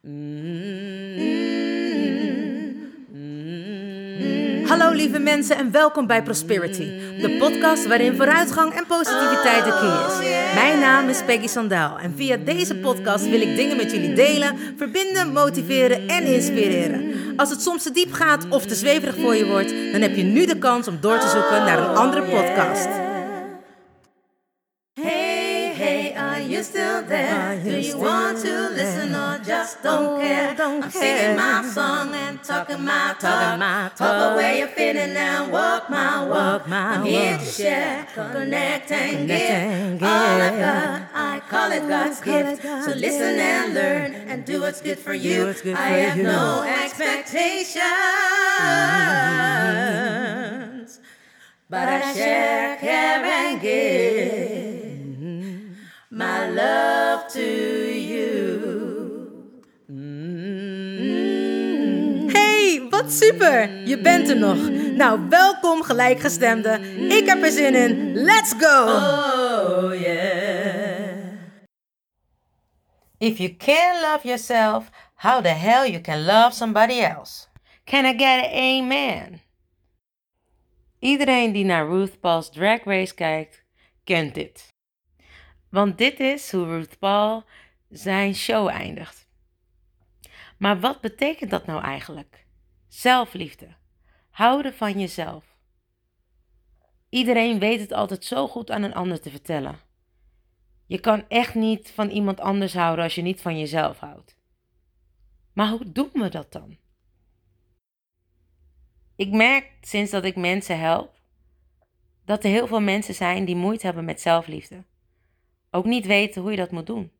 Hallo lieve mensen en welkom bij Prosperity, de podcast waarin vooruitgang en positiviteit de key is. Mijn naam is Peggy Sandaal en via deze podcast wil ik dingen met jullie delen, verbinden, motiveren en inspireren. Als het soms te diep gaat of te zweverig voor je wordt, dan heb je nu de kans om door te zoeken naar een andere podcast. Hey, are you still there? Do you want to listen or just don't care? I'm singing my song and talking my talk. Talk away your feeling and walk my walk. I'm here to share, connect and give. All I've got, I call it God's gift. So listen and learn and do what's good for you. I have no expectations, but I share, care and give my love to you. Hey, wat super! Je bent er nog. Nou, welkom gelijkgestemden. Ik heb er zin in. Let's go! Oh yeah. If you can't love yourself, how the hell you can love somebody else? Can I get an amen? Iedereen die naar RuPaul's Drag Race kijkt, kent dit. Want dit is hoe RuPaul zijn show eindigt. Maar wat betekent dat nou eigenlijk? Zelfliefde. Houden van jezelf. Iedereen weet het altijd zo goed aan een ander te vertellen. Je kan echt niet van iemand anders houden als je niet van jezelf houdt. Maar hoe doen we dat dan? Ik merk sinds dat ik mensen help, dat er heel veel mensen zijn die moeite hebben met zelfliefde. Ook niet weten hoe je dat moet doen.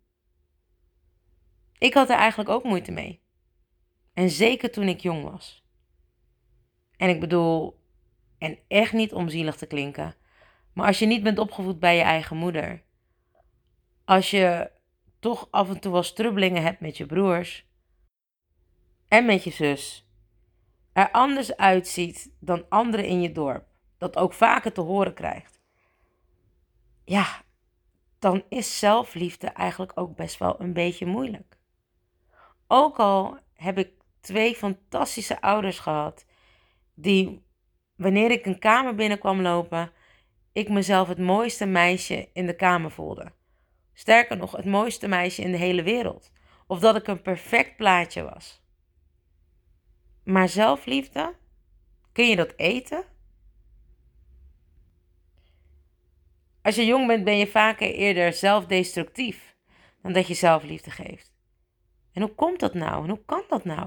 Ik had er eigenlijk ook moeite mee. En zeker toen ik jong was. En ik bedoel, en echt niet om zielig te klinken, maar als je niet bent opgevoed bij je eigen moeder, als je toch af en toe wel strubbelingen hebt met je broers en met je zus, er anders uitziet dan anderen in je dorp, dat ook vaker te horen krijgt, ja, dan is zelfliefde eigenlijk ook best wel een beetje moeilijk. Ook al heb ik 2 fantastische ouders gehad, die, wanneer ik een kamer binnenkwam lopen, ik mezelf het mooiste meisje in de kamer voelde. Sterker nog, het mooiste meisje in de hele wereld. Of dat ik een perfect plaatje was. Maar zelfliefde, kun je dat eten? Als je jong bent, ben je vaker eerder zelfdestructief dan dat je zelfliefde geeft. En hoe komt dat nou? En hoe kan dat nou?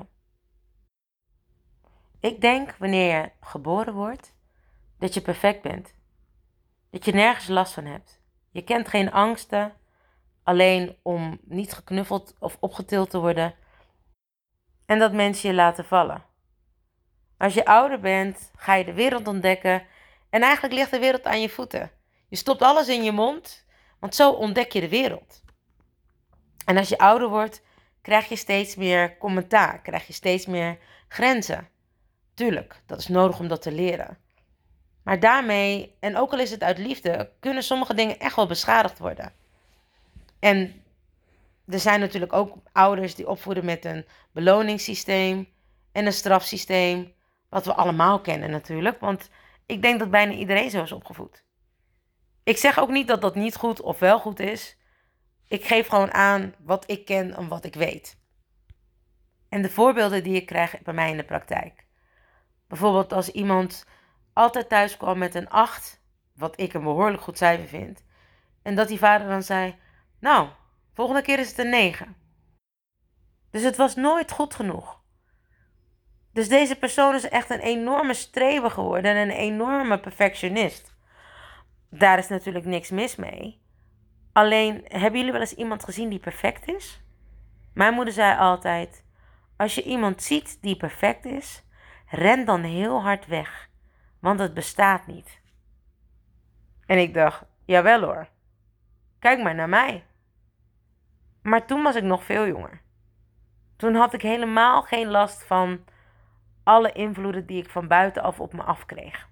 Ik denk wanneer je geboren wordt, dat je perfect bent. Dat je nergens last van hebt. Je kent geen angsten, alleen om niet geknuffeld of opgetild te worden. En dat mensen je laten vallen. Als je ouder bent, ga je de wereld ontdekken en eigenlijk ligt de wereld aan je voeten. Je stopt alles in je mond, want zo ontdek je de wereld. En als je ouder wordt, krijg je steeds meer commentaar, krijg je steeds meer grenzen. Tuurlijk, dat is nodig om dat te leren. Maar daarmee, en ook al is het uit liefde, kunnen sommige dingen echt wel beschadigd worden. En er zijn natuurlijk ook ouders die opvoeden met een beloningssysteem en een strafsysteem, wat we allemaal kennen natuurlijk, want ik denk dat bijna iedereen zo is opgevoed. Ik zeg ook niet dat dat niet goed of wel goed is. Ik geef gewoon aan wat ik ken en wat ik weet. En de voorbeelden die ik krijg bij mij in de praktijk. Bijvoorbeeld als iemand altijd thuis kwam met een 8, wat ik een behoorlijk goed cijfer vind. En dat die vader dan zei, nou, volgende keer is het een 9. Dus het was nooit goed genoeg. Dus deze persoon is echt een enorme streber geworden en een enorme perfectionist. Daar is natuurlijk niks mis mee. Alleen, hebben jullie wel eens iemand gezien die perfect is? Mijn moeder zei altijd, als je iemand ziet die perfect is, ren dan heel hard weg, want het bestaat niet. En ik dacht, jawel hoor, kijk maar naar mij. Maar toen was ik nog veel jonger. Toen had ik helemaal geen last van alle invloeden die ik van buitenaf op me afkreeg.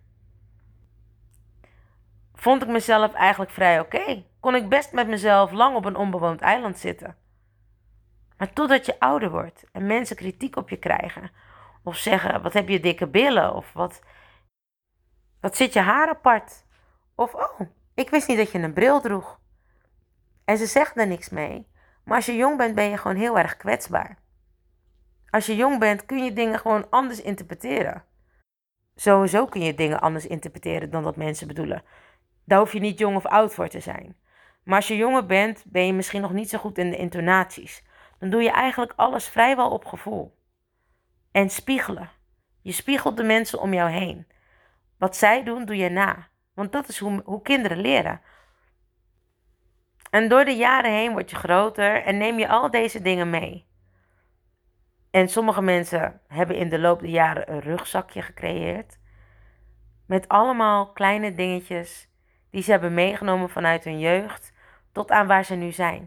Vond ik mezelf eigenlijk vrij oké. Kon ik best met mezelf lang op een onbewoond eiland zitten. Maar totdat je ouder wordt en mensen kritiek op je krijgen. Of zeggen, wat heb je dikke billen? Of wat zit je haar apart? Of, oh, ik wist niet dat je een bril droeg. En ze zegt er niks mee. Maar als je jong bent, ben je gewoon heel erg kwetsbaar. Als je jong bent, kun je dingen gewoon anders interpreteren. Sowieso kun je dingen anders interpreteren dan dat mensen bedoelen. Daar hoef je niet jong of oud voor te zijn. Maar als je jonger bent, ben je misschien nog niet zo goed in de intonaties. Dan doe je eigenlijk alles vrijwel op gevoel. En spiegelen. Je spiegelt de mensen om jou heen. Wat zij doen, doe je na. Want dat is hoe kinderen leren. En door de jaren heen word je groter en neem je al deze dingen mee. En sommige mensen hebben in de loop der jaren een rugzakje gecreëerd. Met allemaal kleine dingetjes die ze hebben meegenomen vanuit hun jeugd tot aan waar ze nu zijn.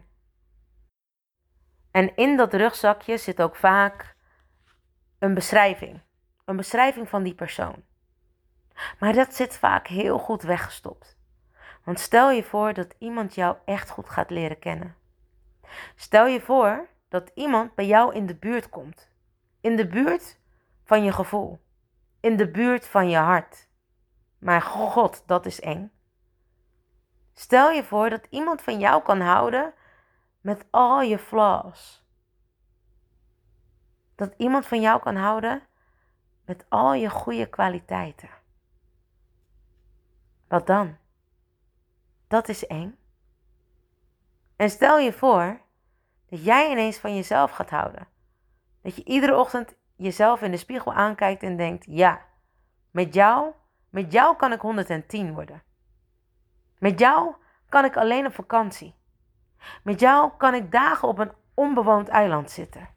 En in dat rugzakje zit ook vaak een beschrijving. Een beschrijving van die persoon. Maar dat zit vaak heel goed weggestopt. Want stel je voor dat iemand jou echt goed gaat leren kennen. Stel je voor dat iemand bij jou in de buurt komt. In de buurt van je gevoel. In de buurt van je hart. Maar God, dat is eng. Stel je voor dat iemand van jou kan houden met al je flaws. Dat iemand van jou kan houden met al je goede kwaliteiten. Wat dan? Dat is eng. En stel je voor dat jij ineens van jezelf gaat houden. Dat je iedere ochtend jezelf in de spiegel aankijkt en denkt, ja, met jou kan ik 110 worden. Met jou kan ik alleen op vakantie. Met jou kan ik dagen op een onbewoond eiland zitten.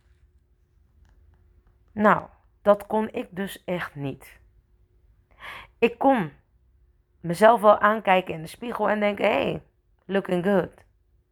Nou, dat kon ik dus echt niet. Ik kon mezelf wel aankijken in de spiegel en denken, hey, looking good.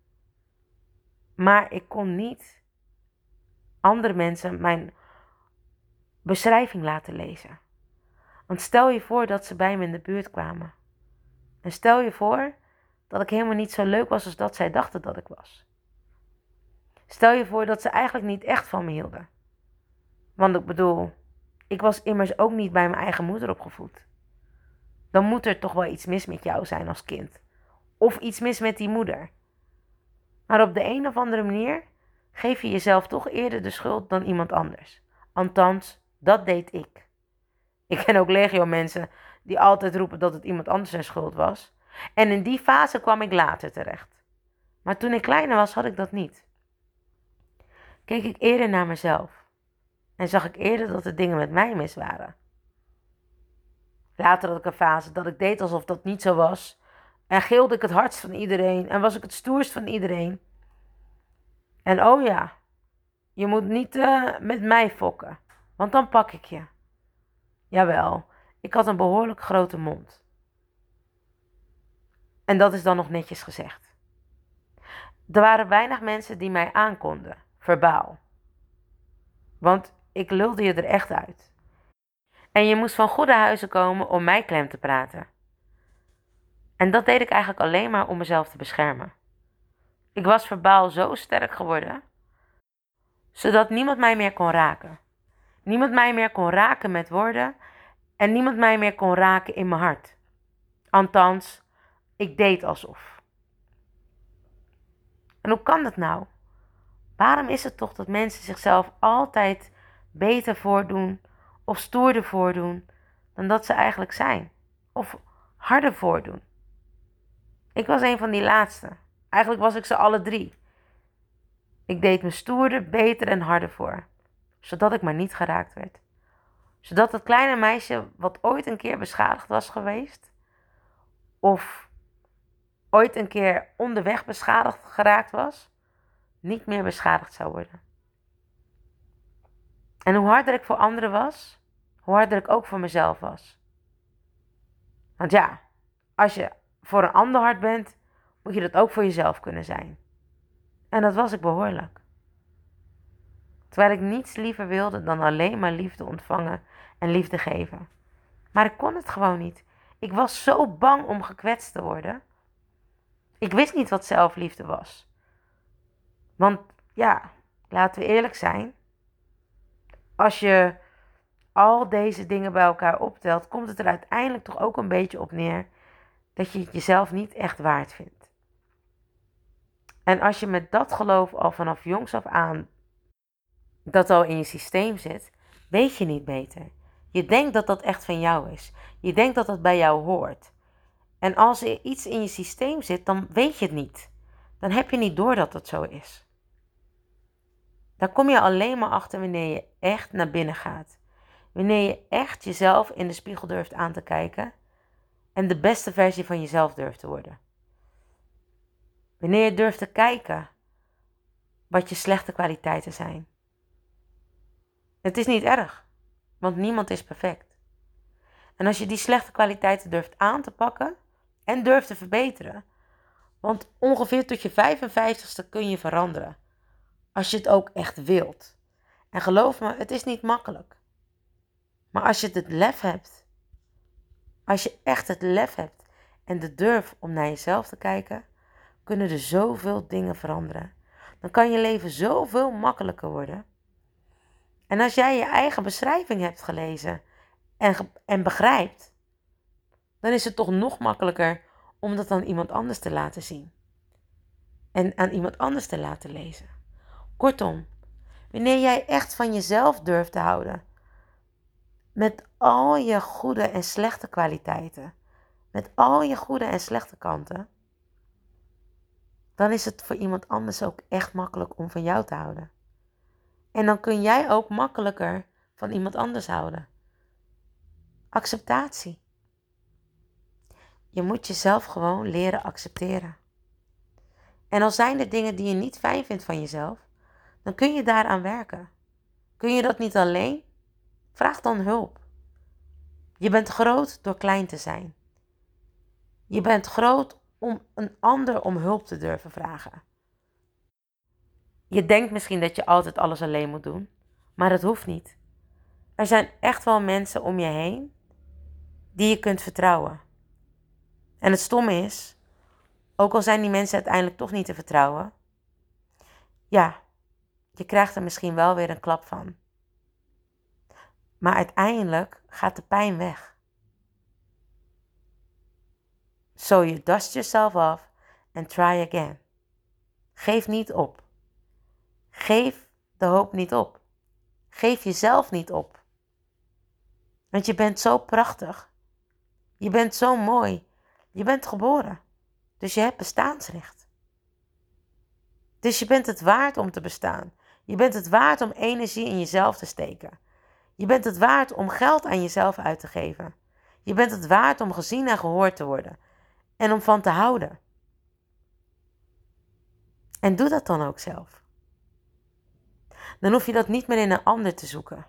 Maar ik kon niet andere mensen mijn beschrijving laten lezen. Want stel je voor dat ze bij me in de buurt kwamen. En stel je voor dat ik helemaal niet zo leuk was als dat zij dachten dat ik was. Stel je voor dat ze eigenlijk niet echt van me hielden. Want ik bedoel, ik was immers ook niet bij mijn eigen moeder opgevoed. Dan moet er toch wel iets mis met jou zijn als kind. Of iets mis met die moeder. Maar op de een of andere manier geef je jezelf toch eerder de schuld dan iemand anders. Althans, dat deed ik. Ik ken ook legio mensen die altijd roepen dat het iemand anders zijn schuld was. En in die fase kwam ik later terecht. Maar toen ik kleiner was, had ik dat niet. Keek ik eerder naar mezelf. En zag ik eerder dat er dingen met mij mis waren. Later had ik een fase dat ik deed alsof dat niet zo was. En gilde ik het hardst van iedereen. En was ik het stoerst van iedereen. En oh ja, je moet niet met mij fokken. Want dan pak ik je. Jawel, ik had een behoorlijk grote mond. En dat is dan nog netjes gezegd. Er waren weinig mensen die mij aankonden, verbaal. Want ik lulde je er echt uit. En je moest van goede huizen komen om mij klem te praten. En dat deed ik eigenlijk alleen maar om mezelf te beschermen. Ik was verbaal zo sterk geworden, zodat niemand mij meer kon raken. Niemand mij meer kon raken met woorden en niemand mij meer kon raken in mijn hart. Althans, ik deed alsof. En hoe kan dat nou? Waarom is het toch dat mensen zichzelf altijd beter voordoen of stoerder voordoen dan dat ze eigenlijk zijn? Of harder voordoen? Ik was een van die laatste. Eigenlijk was ik ze alle drie. Ik deed me stoerder, beter en harder voor. Zodat ik maar niet geraakt werd. Zodat het kleine meisje wat ooit een keer beschadigd was geweest. Of ooit een keer onderweg beschadigd geraakt was. Niet meer beschadigd zou worden. En hoe harder ik voor anderen was, hoe harder ik ook voor mezelf was. Want ja, als je voor een ander hard bent, moet je dat ook voor jezelf kunnen zijn. En dat was ik behoorlijk. Terwijl ik niets liever wilde dan alleen maar liefde ontvangen en liefde geven. Maar ik kon het gewoon niet. Ik was zo bang om gekwetst te worden. Ik wist niet wat zelfliefde was. Want ja, laten we eerlijk zijn, als je al deze dingen bij elkaar optelt, komt het er uiteindelijk toch ook een beetje op neer dat je het jezelf niet echt waard vindt. En als je met dat geloof al vanaf jongs af aan dat al in je systeem zit, weet je niet beter. Je denkt dat dat echt van jou is. Je denkt dat dat bij jou hoort. En als er iets in je systeem zit, dan weet je het niet. Dan heb je niet door dat het zo is. Daar kom je alleen maar achter wanneer je echt naar binnen gaat. Wanneer je echt jezelf in de spiegel durft aan te kijken en de beste versie van jezelf durft te worden. Wanneer je durft te kijken wat je slechte kwaliteiten zijn. Het is niet erg, want niemand is perfect. En als je die slechte kwaliteiten durft aan te pakken en durft te verbeteren, want ongeveer tot je 55ste kun je veranderen. Als je het ook echt wilt. En geloof me, het is niet makkelijk. Maar als je het lef hebt, als je echt het lef hebt en de durf om naar jezelf te kijken, kunnen er zoveel dingen veranderen. Dan kan je leven zoveel makkelijker worden. En als jij je eigen beschrijving hebt gelezen en begrijpt, dan is het toch nog makkelijker om dat aan iemand anders te laten zien. En aan iemand anders te laten lezen. Kortom, wanneer jij echt van jezelf durft te houden, met al je goede en slechte kwaliteiten, met al je goede en slechte kanten, dan is het voor iemand anders ook echt makkelijk om van jou te houden. En dan kun jij ook makkelijker van iemand anders houden. Acceptatie. Je moet jezelf gewoon leren accepteren. En al zijn er dingen die je niet fijn vindt van jezelf, dan kun je daaraan werken. Kun je dat niet alleen? Vraag dan hulp. Je bent groot door klein te zijn. Je bent groot om een ander om hulp te durven vragen. Je denkt misschien dat je altijd alles alleen moet doen, maar dat hoeft niet. Er zijn echt wel mensen om je heen die je kunt vertrouwen. En het stomme is, ook al zijn die mensen uiteindelijk toch niet te vertrouwen, ja, je krijgt er misschien wel weer een klap van. Maar uiteindelijk gaat de pijn weg. So you dust yourself off and try again. Geef niet op. Geef de hoop niet op. Geef jezelf niet op. Want je bent zo prachtig. Je bent zo mooi. Je bent geboren. Dus je hebt bestaansrecht. Dus je bent het waard om te bestaan. Je bent het waard om energie in jezelf te steken. Je bent het waard om geld aan jezelf uit te geven. Je bent het waard om gezien en gehoord te worden. En om van te houden. En doe dat dan ook zelf. Dan hoef je dat niet meer in een ander te zoeken.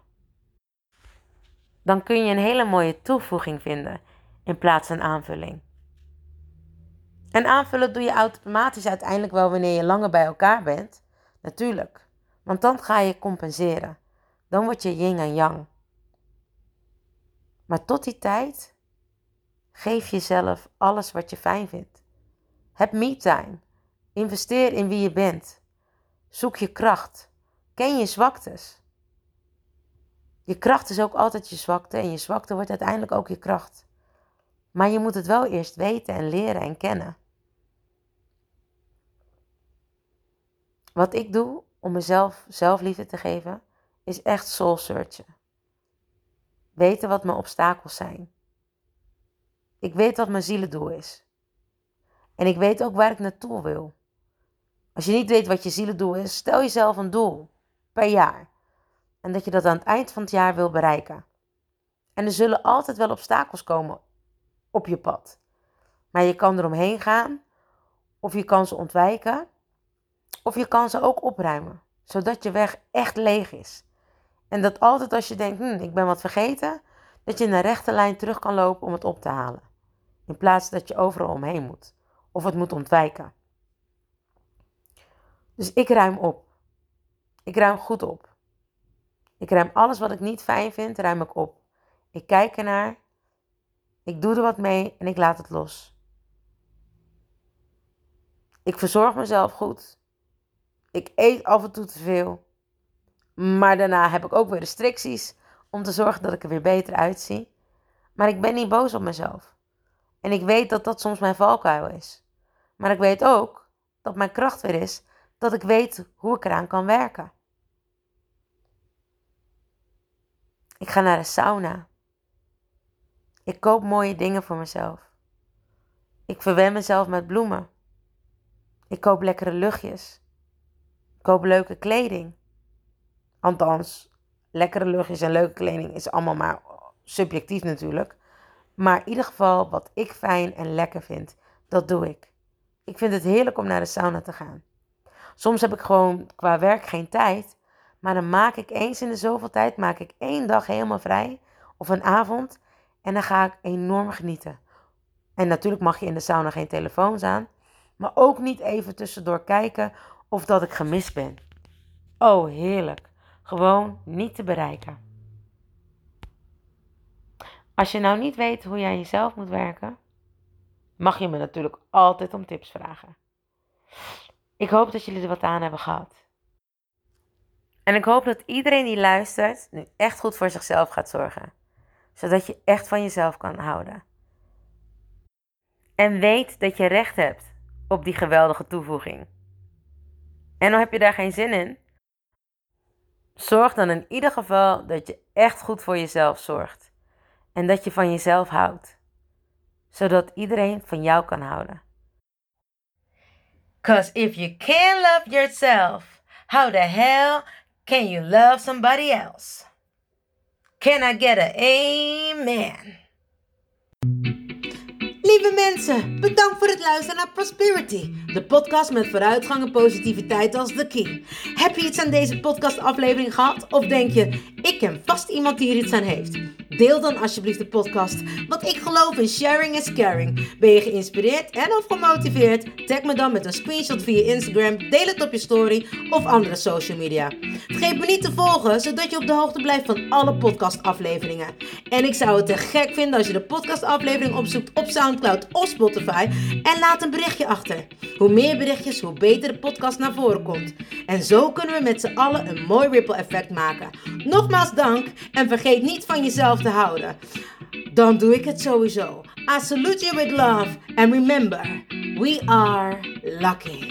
Dan kun je een hele mooie toevoeging vinden in plaats van aanvulling. En aanvullen doe je automatisch uiteindelijk wel wanneer je langer bij elkaar bent. Natuurlijk. Want dan ga je compenseren. Dan word je yin en yang. Maar tot die tijd, geef jezelf alles wat je fijn vindt. Heb me-time. Investeer in wie je bent. Zoek je kracht. Ken je zwaktes. Je kracht is ook altijd je zwakte en je zwakte wordt uiteindelijk ook je kracht. Maar je moet het wel eerst weten en leren en kennen. Wat ik doe om mezelf zelfliefde te geven, is echt soul searchen. Weten wat mijn obstakels zijn. Ik weet wat mijn zielendoel is. En ik weet ook waar ik naartoe wil. Als je niet weet wat je zielendoel is, stel jezelf een doel per jaar. En dat je dat aan het eind van het jaar wil bereiken. En er zullen altijd wel obstakels komen op je pad. Maar je kan eromheen gaan, of je kan ze ontwijken, of je kan ze ook opruimen. Zodat je weg echt leeg is. En dat altijd als je denkt, ik ben wat vergeten, dat je in een rechte lijn terug kan lopen om het op te halen. In plaats dat je overal omheen moet. Of het moet ontwijken. Dus ik ruim op. Ik ruim goed op. Ik ruim alles wat ik niet fijn vind, ruim ik op. Ik kijk ernaar. Ik doe er wat mee en ik laat het los. Ik verzorg mezelf goed. Ik eet af en toe te veel. Maar daarna heb ik ook weer restricties om te zorgen dat ik er weer beter uitzie. Maar ik ben niet boos op mezelf. En ik weet dat dat soms mijn valkuil is. Maar ik weet ook dat mijn kracht weer is dat ik weet hoe ik eraan kan werken. Ik ga naar de sauna. Ik koop mooie dingen voor mezelf. Ik verwen mezelf met bloemen. Ik koop lekkere luchtjes. Ik koop leuke kleding. Althans, lekkere luchtjes en leuke kleding is allemaal maar subjectief natuurlijk. Maar in ieder geval wat ik fijn en lekker vind, dat doe ik. Ik vind het heerlijk om naar de sauna te gaan. Soms heb ik gewoon qua werk geen tijd. Maar dan maak ik eens in de zoveel tijd, maak ik 1 dag helemaal vrij. Of een avond. En dan ga ik enorm genieten. En natuurlijk mag je in de sauna geen telefoons aan. Maar ook niet even tussendoor kijken of dat ik gemist ben. Oh, heerlijk. Gewoon niet te bereiken. Als je nou niet weet hoe je aan jezelf moet werken, mag je me natuurlijk altijd om tips vragen. Ik hoop dat jullie er wat aan hebben gehad. En ik hoop dat iedereen die luistert nu echt goed voor zichzelf gaat zorgen. Zodat je echt van jezelf kan houden. En weet dat je recht hebt op die geweldige toevoeging. En dan heb je daar geen zin in. Zorg dan in ieder geval dat je echt goed voor jezelf zorgt. En dat je van jezelf houdt. Zodat iedereen van jou kan houden. 'Cause if you can't love yourself, how the hell can you love somebody else? Can I get an amen? Lieve mensen, bedankt voor het luisteren naar Prosperity. De podcast met vooruitgang en positiviteit als the key. Heb je iets aan deze podcastaflevering gehad? Of denk je, ik ken vast iemand die hier iets aan heeft? Deel dan alsjeblieft de podcast, want ik geloof in sharing is caring. Ben je geïnspireerd en of gemotiveerd? Tag me dan met een screenshot via Instagram, deel het op je story of andere social media. Vergeet me niet te volgen, zodat je op de hoogte blijft van alle podcastafleveringen. En ik zou het te gek vinden als je de podcastaflevering opzoekt op SoundCloud of Spotify en laat een berichtje achter. Hoe meer berichtjes, hoe beter de podcast naar voren komt. En zo kunnen we met z'n allen een mooi ripple effect maken. Nogmaals dank en vergeet niet van jezelf te houden. Dan doe ik het sowieso. I salute you with love and remember, we are lucky.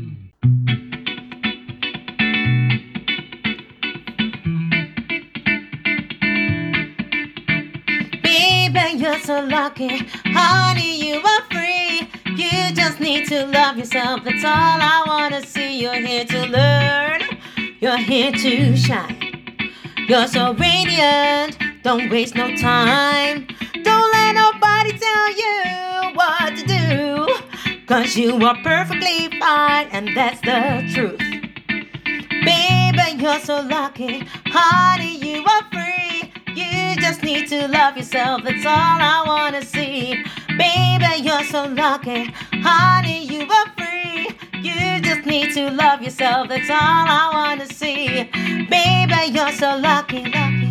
Baby, you're so lucky, honey, you are free. You just need to love yourself, that's all I wanna see. You're here to learn, you're here to shine. You're so radiant, don't waste no time. Don't let nobody tell you what to do, 'cause you are perfectly fine, and that's the truth. Baby, you're so lucky, honey, you are free. You just need to love yourself, that's all I wanna see. Baby, you're so lucky, honey, you are free. You just need to love yourself, that's all I wanna see. Baby, you're so lucky, lucky.